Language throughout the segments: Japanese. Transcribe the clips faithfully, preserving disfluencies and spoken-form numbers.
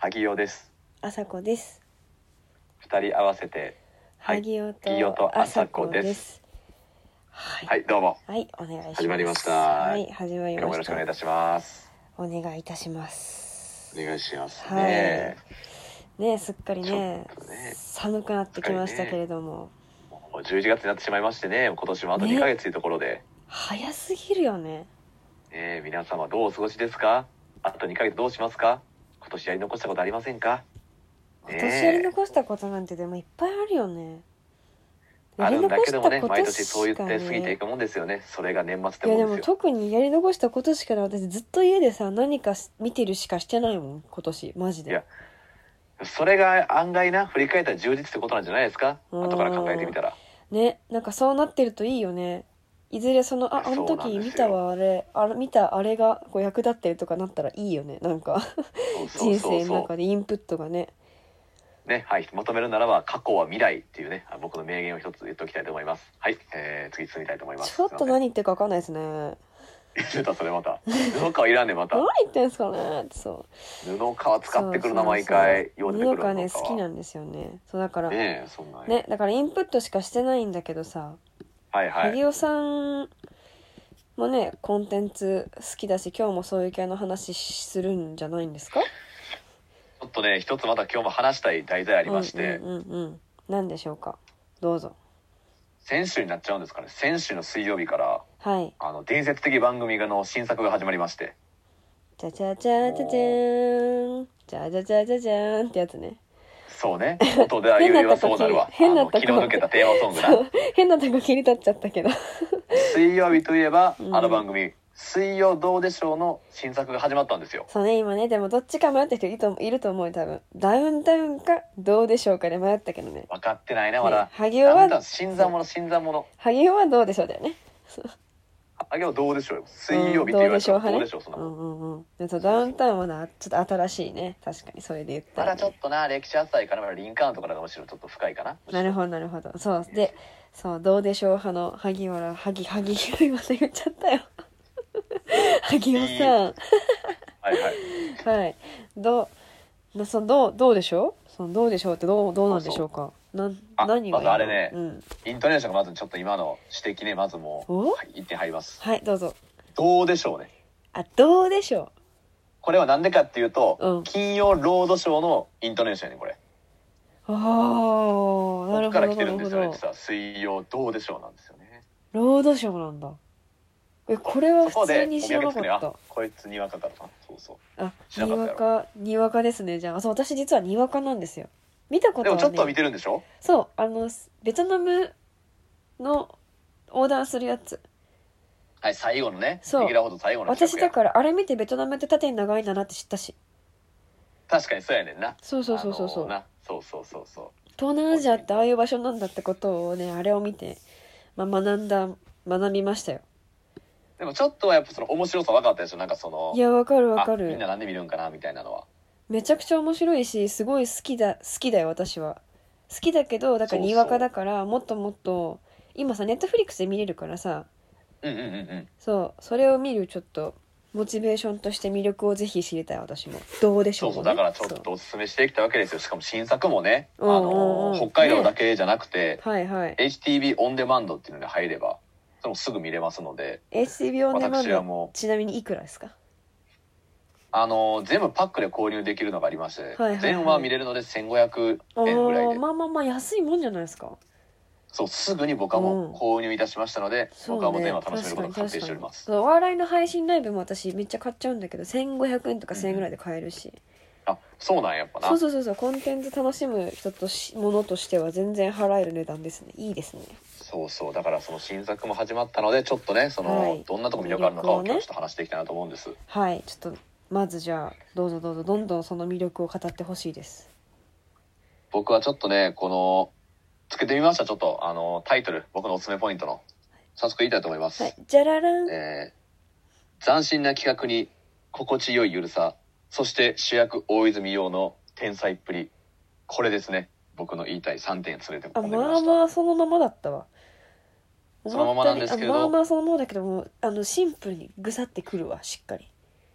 萩尾です。 あさこです。 二人合わせて萩尾萩尾ととあさあさここで。 ですす。 はい、 はい、どうもはい、お願いします。 始まりました。 はい、始まり今日もよろました。 しくお願いいたします。 お願いいたします。 お願いしますはいね。 ね、すっかりね、 ちょっとね寒くなってきましたけれども、 もうじゅういちがつになってしまいましてね、今年もあとにかげつというところで、 早すぎるよね。 ね、皆様どうお過ごしですか？あとにかげつどうしますか？今年やり残したことありませんか？ 今年やり残したことなんてでもいっぱいあるよね。 あるんだけどもね、 やり残したこと毎年そう言ってしかね過ぎていくもんですよね。それが年末っていやでももんですよ。 特にやり残したことしかない。私ずっと家でさ、何か見てるしかしてないもん今年マジで。 いやそれが案外な、振り返ったら充実ってことなんじゃないですか？ うん後から考えてみたらね、なんかそうなってるといいよね。いずれそのああのそうなんですよ時見たわあれあれ見たあれがこう役立ってるとかなったらいいよね。なんかそうそう人そうそ生の中でインプットがね。 うね、はい、求めるならば過去は未来っていうね、僕の名言を一つ言っておきたいと思います。はい、えー、次進みたいと思います。 ちょっと何言ってるか分かんないですね。 言ったそれまた布川いらんねんまた何言ってんすかねってそう。 布川使ってくるなそうそうそう毎回よう出てくる布川ね布川好きなんですよね。そうだからねねえそんなだからインプットしかしてないんだけどさ、 はいはい萩尾さんもねコンテンツ好きだし今日もそういう系の話するんじゃないんですか？ ちょっとね一つまた今日も話したい題材ありまして、 うんうんうんうん、何でしょうか？どうぞ。 先週になっちゃうんですかね。先週の水曜日からはいあの伝説的番組の新作が始まりまして、 じゃじゃじゃじゃじゃーんじゃじゃじゃじゃじゃーんってやつね。 そうね、音では言うよそうなるわ。 変なとこあの気の抜けたテーマソングな。 そう変なとこ切り取っちゃったけど水曜日といえば、 うんあの番組水曜どうでしょうの新作が始まったんですよ。 そうね今ねでもどっちか迷った人いるといると思うよ多分。ダウンタウンかどうでしょうかで迷ったけどね。 分かってないなまだ、 ね萩尾はダウンタウン新参者新参者萩尾はどうでしょうだよね。 あげはどうでしょうよ。水曜日って言われたらどうでしょうそんなもん。 うんうんうんでそうダウンタウンはなちょっと新しいね。確かにそれで言ったら、ね、 まだちょっとな歴史浅いからまだリンカーンとかのむしろちょっと深いかな。 なるほどなるほど。そうでそうどうでしょう派の萩原萩萩原また言っちゃったよ萩尾さんはいはいはいどうなそのどうどうでしょうそのどうでしょうってどうどうなんでしょうか。なんあ何がいいの？ まずあれね、 うん、 イントネーションがまずちょっと今の指摘ねまずもう、 おはい、いってん入ります。 はいどうぞ。 どうでしょうね。 あどうでしょこれはなんでかっていうと、 うん金曜ロードショーのイントネーションやねこれ。 う。ああなるほどこっから来てなるほるんですよね。 ど。 実は水曜どうでしょうなんですよね。 ロードショーなんだ。えこれはそこ普通でお土産に知らなかった。 作りあこいつにわかかとな。そうそう。 あ知らなにかったやろわかにわかですね。じゃあそう私実はにわかなんですよ。見たことはねでもちょっとは見てるんでしょ？ そうあのベトナムの横断するやつ。 はい、最後のねそうレギュラーほど最後の企画や私だからあれ見てベトナムって縦に長いんだなって知ったし。 確かにそうやねんな。 そうそうそうそうそう、 あのーなそうそうそうそう東南アジアってああいう場所なんだってことをねあれを見て、まあ、学んだ学びましたよ。 でもちょっとはやっぱその面白さ分かったでしょ。なんかそのいやわかるわかあみんなる。 なんで見るんかなみたいなのは。 めちゃくちゃ面白いしすごい好きだ好きだよ私は。好きだけどだからにわかだからもっともっと今さネットフリックスで見れるからさ、 うんうんうんうんそうそれを見るちょっとモチベーションとして魅力をぜひ知りたい私も。どうでしょそうう、 ね、 そうだからちょっとおすすめしてきたわけですよ。しかも新作もね、あうんうんうんのー北海道だけじゃなくて、 はいはいエイチティービー オンデマンドっていうのに入ればそれもすぐ見れますので、 エイチティービー オンデマンド私はもうちなみにいくらですか？ あのー全部パックで購入できるのがありまして、 はいはいはい全話見れるのでせんごひゃくえんぐらいで、 あーまあまあまあ安いもんじゃないですか。 そうすぐに僕はもう購入いたしましたので、 そうね僕はもう全話楽しめることが確定しております。 そうお笑いの配信ライブも私めっちゃ買っちゃうんだけどせんごひゃくえんとかせんえんぐらいで買えるし、 あそうなんやっぱな。 そうそうそうそうコンテンツ楽しむ人としものとしては全然払える値段ですね。いいですね。 そうそうだからその新作も始まったのでちょっとねその、 はい、 どんなところに魅力あるのかを魅力をね今日ちょっと話していきたいなと思うんです。 はいちょっとまずじゃあどうぞどうぞどんどんその魅力を語ってほしいです。 僕はちょっとねこのつけてみました。ちょっとあのタイトル僕のおすすめポイントの早速言いたいと思います。 はいじゃららん、 えー、斬新な企画に心地よいゆるさ、そして主役大泉洋の天才っぷり、これですね。僕の言いたいさんてん全てあ込んでみました。 まあまあそのままだったわ。 そのままなんですけど思ったよりあまあまあそのままだけどもあのシンプルにぐさってくるわしっかり。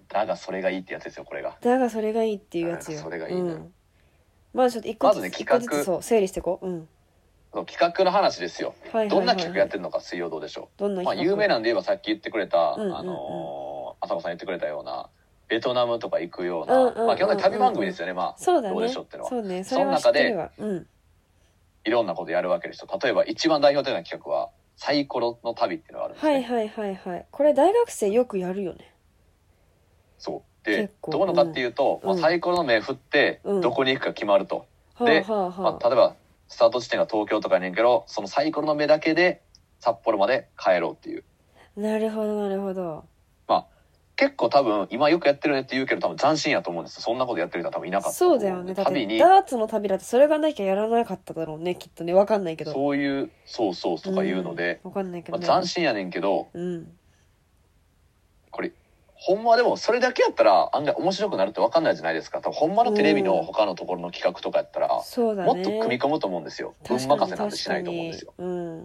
だがそれがいいってやつですよ、これが。 だがそれがいいっていうやつよ。 だがそれがいいねうん、まあちょっと一個ずつ、 まずね一個ず企画つそう整理していこう。うん。 その企画の話ですよ。 はいはいはいはい、 どんな企画やってるのか、水曜どうでしょう。 どんな企画、 まあ、有名なんで言えばさっき言ってくれた、 うんうんうんあのー、浅子さん言ってくれたようなベトナムとか行くような、 うんうんうんうん、 まあ基本的に旅番組ですよね。まあそうだね、 どうでしょうっていうのは。 そうね、それは知ってるわ。うん。 いろんなことやるわけですよ。例えば一番代表的な企画はサイコロの旅っていうのがあるんですね。 はいはいはいはい。これ大学生よくやるよね。 そうで結構どういうのかっていうと、 うんまあ、サイコロの目振ってうんどこに行くか決まると。で、 はあはあはまあ、例えばスタート地点が東京とかやねんけど、そのサイコロの目だけで札幌まで帰ろうっていう。 あ、なるほどなるほど。 まあ結構多分今よくやってるねって言うけど多分斬新やと思うんですよ。そんなことやってる人は多分いなかったと思そうだよね。だって旅にダーツの旅だってそれがなきゃやらなかっただろうね、きっとね。わかんないけど。 そういうそうそうとかいうので、 うん、わかんないけどまあ、 ね。 斬新やねんけど、 うん。 これほんまでもそれだけやったら案外面白くなるって分かんないじゃないですか。多分ほんまのテレビの他のところの企画とかやったら、 そうだね。 もっと組み込むと思うんですよ。運任せなんてしないと思うんですよ。 うん。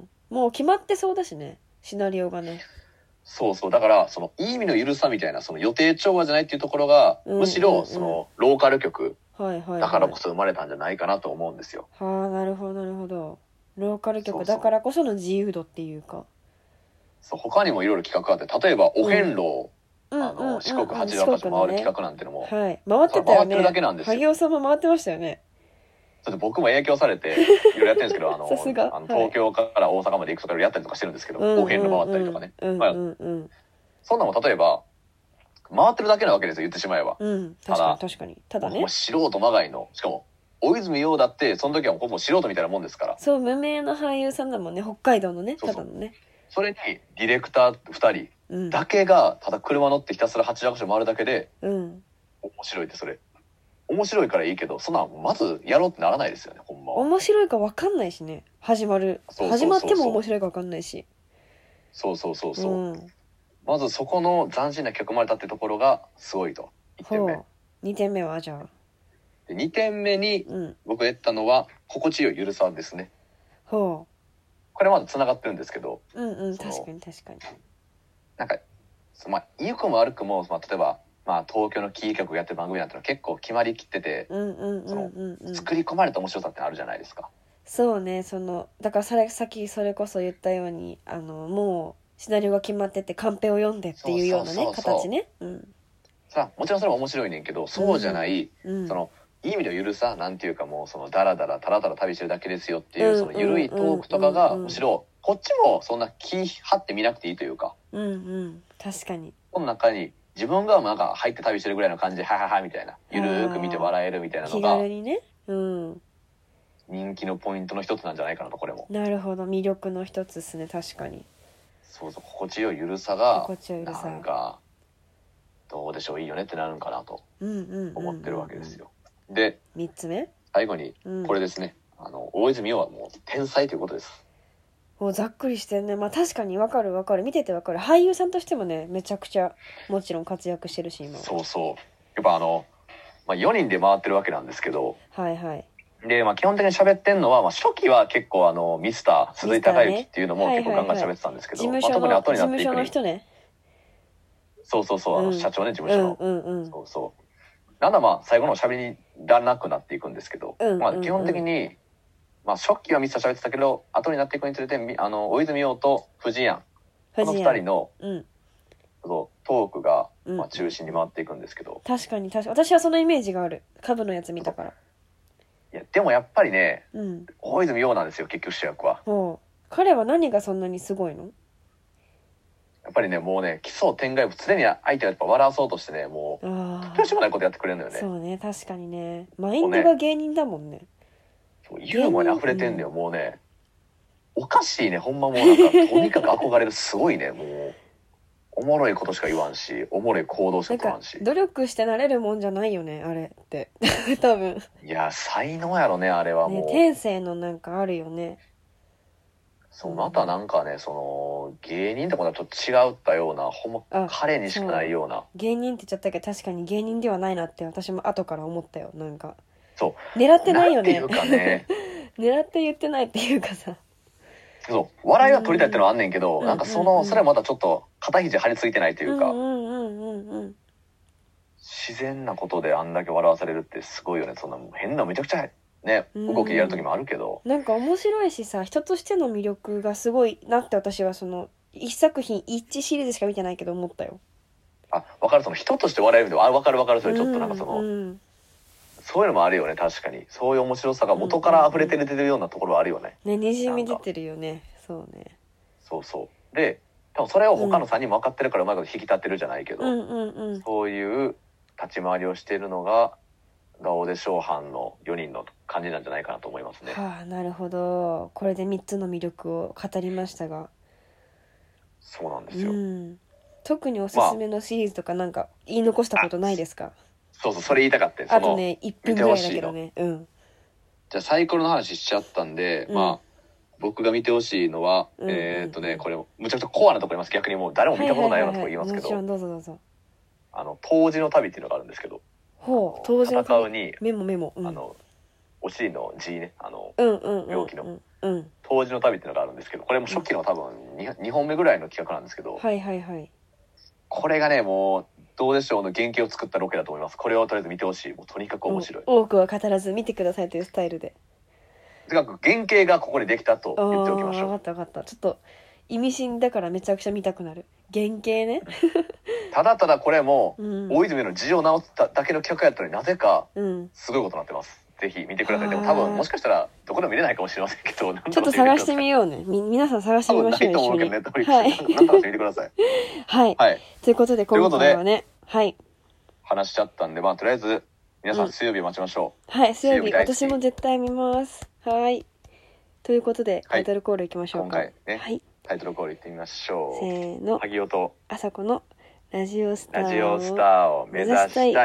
もう決まってそうだしね、シナリオがね。 そうそう。だからそのいい意味のゆるさみたいな、その予定調和じゃないっていうところが、 うんうんうん、 むしろそのローカル局はいはいはい、 だからこそ生まれたんじゃないかなと思うんですよ。 はあ、なるほどなるほど。ローカルそうそう局だからこその自由度っていうか。 そう他にもいろいろ企画があって、例えばお遍路、 うん、 あの、四国八十十箇所回る企画なんてのも、 はい、回ってたよね。 回ってるだけなんですよ。 萩尾さんも回ってましたよね。 ちょっと僕も影響されていろいろやってるんですけど、あのさすがあの東京から大阪まで行くとかやったりとかしてるんですけど、 うんお遍路回ったりとかね、 うんまあうんうんそんなもん例えば回ってるだけなわけですよ、言ってしまえば。 うん、確かに確かに。ただね、 もう素人まがいの、しかも大泉洋だってその時はほぼ素人みたいなもんですから。 そう、無名の俳優さんだもんね、北海道のね。 そうそうただのね。 それにディレクターふたりうんだけがただ車乗ってひたすらはちじゅう箇所回るだけでうん、 面白いって、それ面白いからいいけど、そんなんまずやろうってならないですよね、ほんまは。 面白いか分かんないしね、始まるそうそうそうそう始まっても面白いか分かんないし。 そうそうそうそう、 うん、 まずそこの斬新な曲まれたってところがすごいと。いってんめほう、にてんめはじゃあ、 でにてんめにうん、 僕が言ったのは心地よいゆるさですね。 ほこれまだつながってるんですけど、 う、うんうん、 その確かに確かに。 なんか、そまあ、良くも悪くも、まあ、例えば、まあ、東京のキー局やってる番組なんてのは結構決まりきってて、 うんうんうんうんうん。 作り込まれた面白さってあるじゃないですか。 そうね、そのだからそれさっきそれこそ言ったように、あのもうシナリオが決まっててカンペを読んでっていうようなね、 そうそうそうそう形ね。うんさあもちろんそれも面白いねんけど、そうじゃない、 うん、 そのいい意味でゆるさなんていうか、もうそのダラダラタラタラ旅してるだけですよっていう、 うんそのゆるいトークとかが、 うんうんむしろこっちもそんな気張って見なくていいというか、 うんうん確かに。 この中に自分がなんか入って旅してるぐらいの感じでハハハみたいな、ゆるーく見て笑えるみたいなの気が軽にね。うん人気のポイントの一つなんじゃないかなと。これもなるほど、魅力の一つですね、確かに。 そうそう、心地よいゆるさが心地よいゆるさなんかどうでしょう、いいよねってなるんかなとうんうんうんうん、 思ってるわけですよ。でみっつめ、 最後にうん、 これですね、あの大泉洋はもう天才ということです。 もうざっくりしてるね。まあ確かにわかるわかる、見ててわかる。俳優さんとしてもね、めちゃくちゃもちろん活躍してるし今。 そうそう、やっぱあの、まあ、よにんで回ってるわけなんですけど、 はいはい。 で、まあ、基本的に喋ってんのは、まあ、初期は結構あのミスター鈴井孝之っていうのも結構ガンガン喋ってたんですけど、 事務所の、 まあ、特に後になっていく事務所のに、 人ね。 そうそうそう、あのうん社長ね、事務所の、 うんうんうん、 そうそうなんだ、まあ最後の喋りらなくなっていくんですけど、 うんうんうん、 まあ、基本的に、まあ、初期はミスター喋ってたけど、後になっていくにつれてみあの大泉洋と藤井庵、このふたりの、 うん、 そうトークが、 うん、 まあ、中心に回っていくんですけど、 確かに確かに、私はそのイメージがある、株のやつ見たから。 いやでもやっぱりね、 うん、 大泉洋なんですよ結局主役は。 もう彼は何がそんなにすごいの？ やっぱりね、もうね、奇想天外、常に相手をやっぱ笑わそうとしてね、もうあ突拍子もないことやってくれるのよね。 そうね、確かにね、マインドが芸人だもんね。 ユーモアに溢れてんだよ、うん、もうねおかしいね、ほんまもうなんかとにかく憧れる、すごいね、もうおもろいことしか言わんし、おもろい行動しか取らんし、 努力してなれるもんじゃないよねあれって多分。 いや才能やろね、あれはもう、 ね、天性のなんかあるよね。 そうまたなんかね、その芸人ってことはちょっと違ったような、ほんま彼にしかないような。 芸人って言っちゃったけど確かに芸人ではないなって私も後から思ったよ。なんかそう狙ってないよね。 なんていうかね狙って言ってないっていうかさ、 そう笑いは取りたいってのはあんねんけど、 うん、 なんかその、うんうんうん、それはまたちょっと肩肘張り付いてないというか、 うんうんうんうんうん、 自然なことであんだけ笑わされるってすごいよね。そんな変なめちゃくちゃねうん動きやる時もあるけど、 なんか面白いしさ、人としての魅力がすごいなって私はその一作品一シリーズしか見てないけど思ったよ。 あ、分かる、その人として笑えるの、あ、分かる分かる、それちょっとなんかその、 うんうんそういうのもあるよね。確かにそういう面白さが元から溢れて出てるようなところはあるよね。 ね、にじみ出てるよね。そうね。 そうそうで、多分それを他のさんにんも分かってるからうまいこと引き立ってるじゃないけど、 うんうんうん。 そういう立ち回りをしているのがガオでショーハンのよにんの感じなんじゃないかなと思いますね。 はあ、なるほど。これでみっつの魅力を語りましたが、 そうなんですうよ、 ん、特におすすめのシリーズとかなんか言い残したことないですか？ そうそう、それ言いたかった。 あとねいっぷんぐらいだけどね。うん。 じゃあサイコロの話しちゃったんで、 うんまあ僕が見てほしいのは、 うんうんうん、 えーっとねこれむちゃくちゃコアなところ言います。逆にもう誰も見たことないようなところ言いますけど、 もちろんどうぞどうぞ。 あの冬至の旅っていうのがあるんですけど、 ほう、当時の戦うに、 メモメモ、うん、 あのお尻の G ね、あのうんうんうん病気のうん冬至の旅っていうのがあるんですけど、これも初期の多分 2, にほんめぐらいの企画なんですけど、 はいはいはい。 これがねもうどうでしょうの原型を作ったロケだと思います。これをとりあえず見てほしい。もうとにかく面白い。 多くは語らず見てくださいというスタイルで。 とにかく原型がここにできたと言っておきましょう。 分かった分かった。ちょっと意味深だからめちゃくちゃ見たくなる。原型ね。 ただただこれも、 うん、 大泉の字を直っただけの企画やったのになぜかうんすごいことになってます。ぜひ見てください。でも多分もしかしたらどこでも見れないかもしれませんけど、 ちょっと探してみようね。み皆さん探してみましょう。 多分ないと思うけどね、 一緒に。はい。 なんとかしてみてください。 はい、 はい。 ということで今回はね、はい。 話しちゃったんで、まあとりあえず皆さん水曜日待ちましょう。 うん、はい、水曜日水曜日大好き私も絶対見ます。はい。ということでタイトルコールいきましょうか。 今回ね、 はい。 タイトルコールいってみましょう。 せーの。 萩尾とあさこのラジオスターをラジオスターを目指したい。